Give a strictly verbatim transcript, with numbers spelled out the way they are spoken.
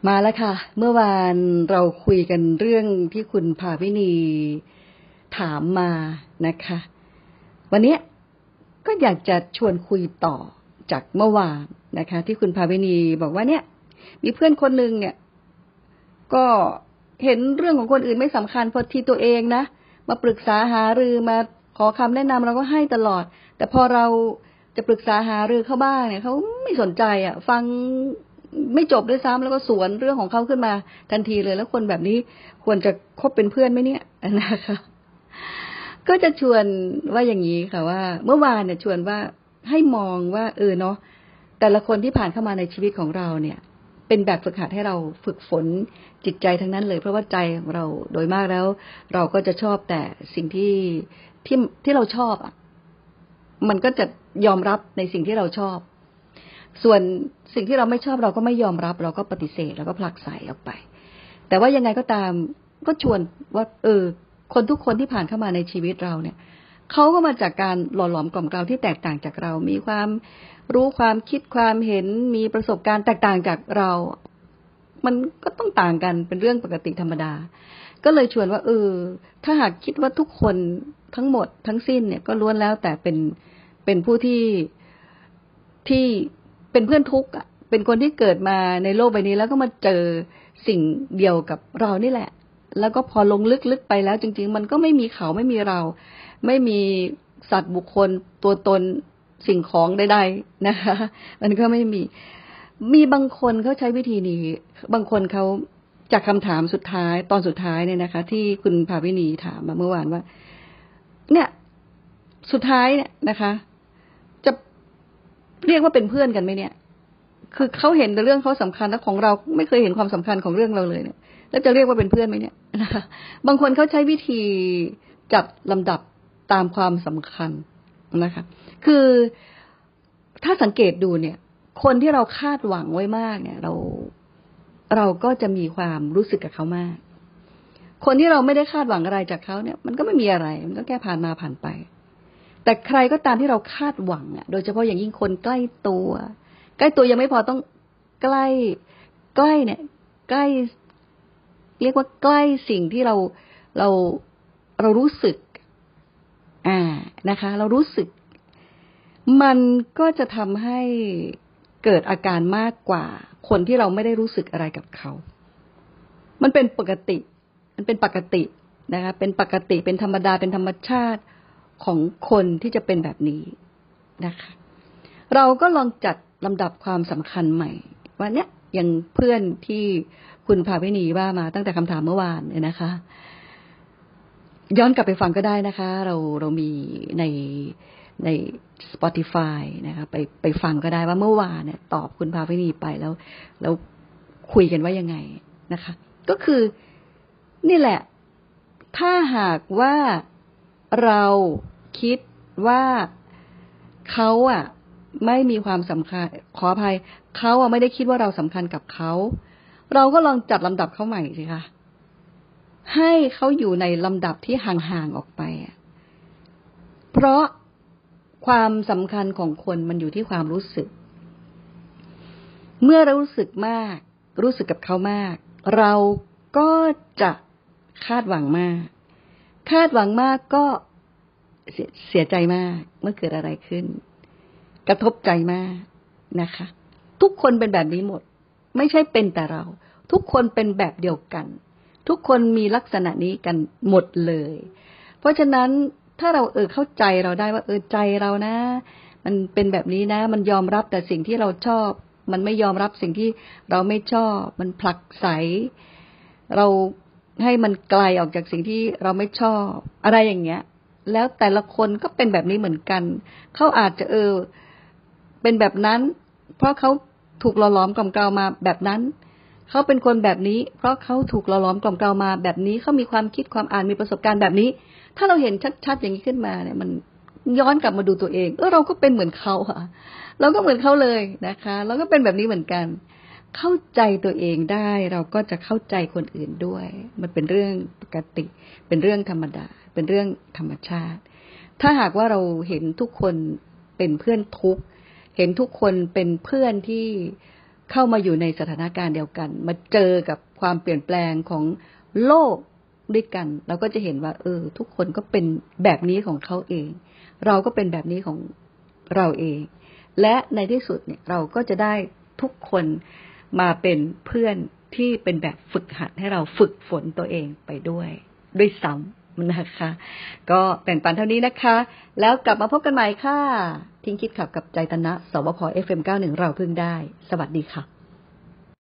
มาแล้วค่ะเมื่อวานเราคุยกันเรื่องที่คุณภาวินีถามมานะคะวันนี้ก็อยากจะชวนคุยต่อจากเมื่อวานนะคะที่คุณภาวินีบอกว่าเนี่ยมีเพื่อนคนนึงเนี่ยก็เห็นเรื่องของคนอื่นไม่สำคัญพอที่ตัวเองนะมาปรึกษาหารือมาขอคำแนะนำเราก็ให้ตลอดแต่พอเราจะปรึกษาหารือเขาบ้างเนี่ยเขาไม่สนใจอ่ะฟังไม่จบด้วยซ้ำแล้วก็สวนเรื่องของเขาขึ้นมาทันทีเลยแล้วคนแบบนี้ควรจะคบเป็นเพื่อนไหมเนี่ยนะคะก็จะชวนว่าอย่างนี้ค่ะว่าเมื่อวานเนี่ยชวนว่าให้มองว่าเออเนาะแต่ละคนที่ผ่านเข้ามาในชีวิตของเราเนี่ยเป็นแบบฝึกหัดให้เราฝึกฝนจิตใจทั้งนั้นเลยเพราะว่าใจของเราโดยมากแล้วเราก็จะชอบแต่สิ่งที่ที่ที่เราชอบอ่ะมันก็จะยอมรับในสิ่งที่เราชอบส่วนสิ่งที่เราไม่ชอบเราก็ไม่ยอมรับเราก็ปฏิเสธแล้วก็ผลักไสออกไปแต่ว่ายังไงก็ตามก็ชวนว่าเออคนทุกคนที่ผ่านเข้ามาในชีวิตเราเนี่ยเขาก็มาจากการหล่อหลอมกล่อมเกลาที่แตกต่างจากเรามีความรู้ความคิดความเห็นมีประสบการณ์แตกต่างจากเรามันก็ต้องต่างกันเป็นเรื่องปกติธรรมดาก็เลยชวนว่าเออถ้าหากคิดว่าทุกคนทั้งหมดทั้งสิ้นเนี่ยก็ล้วนแล้วแต่เป็นเป็นผู้ที่ที่เป็นเพื่อนทุกข์อ่ะเป็นคนที่เกิดมาในโลกใบนี้แล้วก็มาเจอสิ่งเดียวกับเรานี่แหละแล้วก็พอลงลึกๆไปแล้วจริงๆมันก็ไม่มีเขาไม่มีเราไม่มีสัตว์บุคคลตัวตนสิ่งของใดๆนะคะมันก็ไม่มีมีบางคนเขาใช้วิธีนี้บางคนเขาจากคำถามสุดท้ายตอนสุดท้ายเนี่ยนะคะที่คุณภาวินีถามมาเมื่อวานว่าเนี่ยสุดท้ายเนี่ยนะคะจะเรียกว่าเป็นเพื่อนกันไหมเนี่ยคือเขาเห็นแต่เรื่องเขาสำคัญแล้วของเราไม่เคยเห็นความสำคัญของเรื่องเราเลยเนี่ยแล้วจะเรียกว่าเป็นเพื่อนไหมเนี่ยนะคะบางคนเขาใช้วิธีจัดลำดับตามความสำคัญนะคะคือถ้าสังเกตดูเนี่ยคนที่เราคาดหวังไว้มากเนี่ยเราเราก็จะมีความรู้สึกกับเขามากคนที่เราไม่ได้คาดหวังอะไรจากเขาเนี่ยมันก็ไม่มีอะไรมันก็แค่ผ่านมาผ่านไปแต่ใครก็ตามที่เราคาดหวังอ่ะโดยเฉพาะอย่างยิ่งคนใกล้ตัวใกล้ตัวยังไม่พอต้องใกล้ใกล้เนี่ยใกล้เรียกว่าใกล้สิ่งที่เราเราเรารู้สึกอ่านะคะเรารู้สึกมันก็จะทำให้เกิดอาการมากกว่าคนที่เราไม่ได้รู้สึกอะไรกับเขามันเป็นปกติมันเป็นปกตินะคะเป็นปกติเป็นธรรมดาเป็นธรรมชาติของคนที่จะเป็นแบบนี้นะคะเราก็ลองจัดลำดับความสำคัญใหม่ว่าเนี่ยอย่างเพื่อนที่คุณภาวินีว่ามาตั้งแต่คำถามเมื่อวานเนี่ยนะคะย้อนกลับไปฟังก็ได้นะคะเราเรามีในใน Spotify นะคะไปไปฟังก็ได้ว่าเมื่อวานเนี่ยตอบคุณภาวินีไปแล้วแล้วคุยกันว่ายังไงนะคะก็คือนี่แหละถ้าหากว่าเราคิดว่าเขาอ่ะไม่มีความสำคัญขออภัยเขาอ่ะไม่ได้คิดว่าเราสำคัญกับเขาเราก็ลองจัดลำดับเขาใหม่สิคะให้เขาอยู่ในลำดับที่ห่างๆออกไปเพราะความสำคัญของคนมันอยู่ที่ความรู้สึกเมื่อเรารู้สึกมากรู้สึกกับเขามากเราก็จะคาดหวังมากคาดหวังมากก็เสียใจมากเมื่อเกิดอะไรขึ้นกระทบใจมากนะคะทุกคนเป็นแบบนี้หมดไม่ใช่เป็นแต่เราทุกคนเป็นแบบเดียวกันทุกคนมีลักษณะนี้กันหมดเลยเพราะฉะนั้นถ้าเราเออเข้าใจเราได้ว่าเออใจเรานะมันเป็นแบบนี้นะมันยอมรับแต่สิ่งที่เราชอบมันไม่ยอมรับสิ่งที่เราไม่ชอบมันผลักไสเราให้มันไกลออกจากสิ่งที่เราไม่ชอบอะไรอย่างเงี้ยแล้วแต่ละคนก็เป็นแบบนี้เหมือนกันเขาอาจจะเออเป็นแบบนั้นเพราะเขาถูกหล่อหลอมกล่อมเกลามาแบบนั้นเขาเป็นคนแบบนี้เพราะเขาถูกหล่อหลอมกล่อมเกลามาแบบนี้เขามีความคิดความอ่านมีประสบการณ์แบบนี้ถ้าเราเห็นชัดๆอย่างนี้ขึ้นมาเนี่ยมันย้อนกลับมาดูตัวเองเออเราก็เป็นเหมือนเขาอ่ะเราก็เหมือนเขาเลยนะคะเราก็เป็นแบบนี้เหมือนกันเข้าใจตัวเองได้เราก็จะเข้าใจคนอื่นด้วยมันเป็นเรื่องปกติเป็นเรื่องธรรมดาเป็นเรื่องธรรมชาติถ้าหากว่าเราเห็นทุกคนเป็นเพื่อนทุกข์เห็นทุกคนเป็นเพื่อนที่เข้ามาอยู่ในสถานการณ์เดียวกันมาเจอกับความเปลี่ยนแปลงของโลกด้วยกันเราก็จะเห็นว่าเออทุกคนก็เป็นแบบนี้ของเขาเองเราก็เป็นแบบนี้ของเราเองและในที่สุดเนี่ยเราก็จะได้ทุกคนมาเป็นเพื่อนที่เป็นแบบฝึกหัดให้เราฝึกฝนตัวเองไปด้วยด้วยซ้ำนะคะก็แบ่งปันเท่านี้นะคะแล้วกลับมาพบกันใหม่ค่ะทิ้งคิดขับกับใจตนะสวพ เอฟ เอ็ม เก้าสิบเอ็ด เราพึ่งได้สวัสดีค่ะ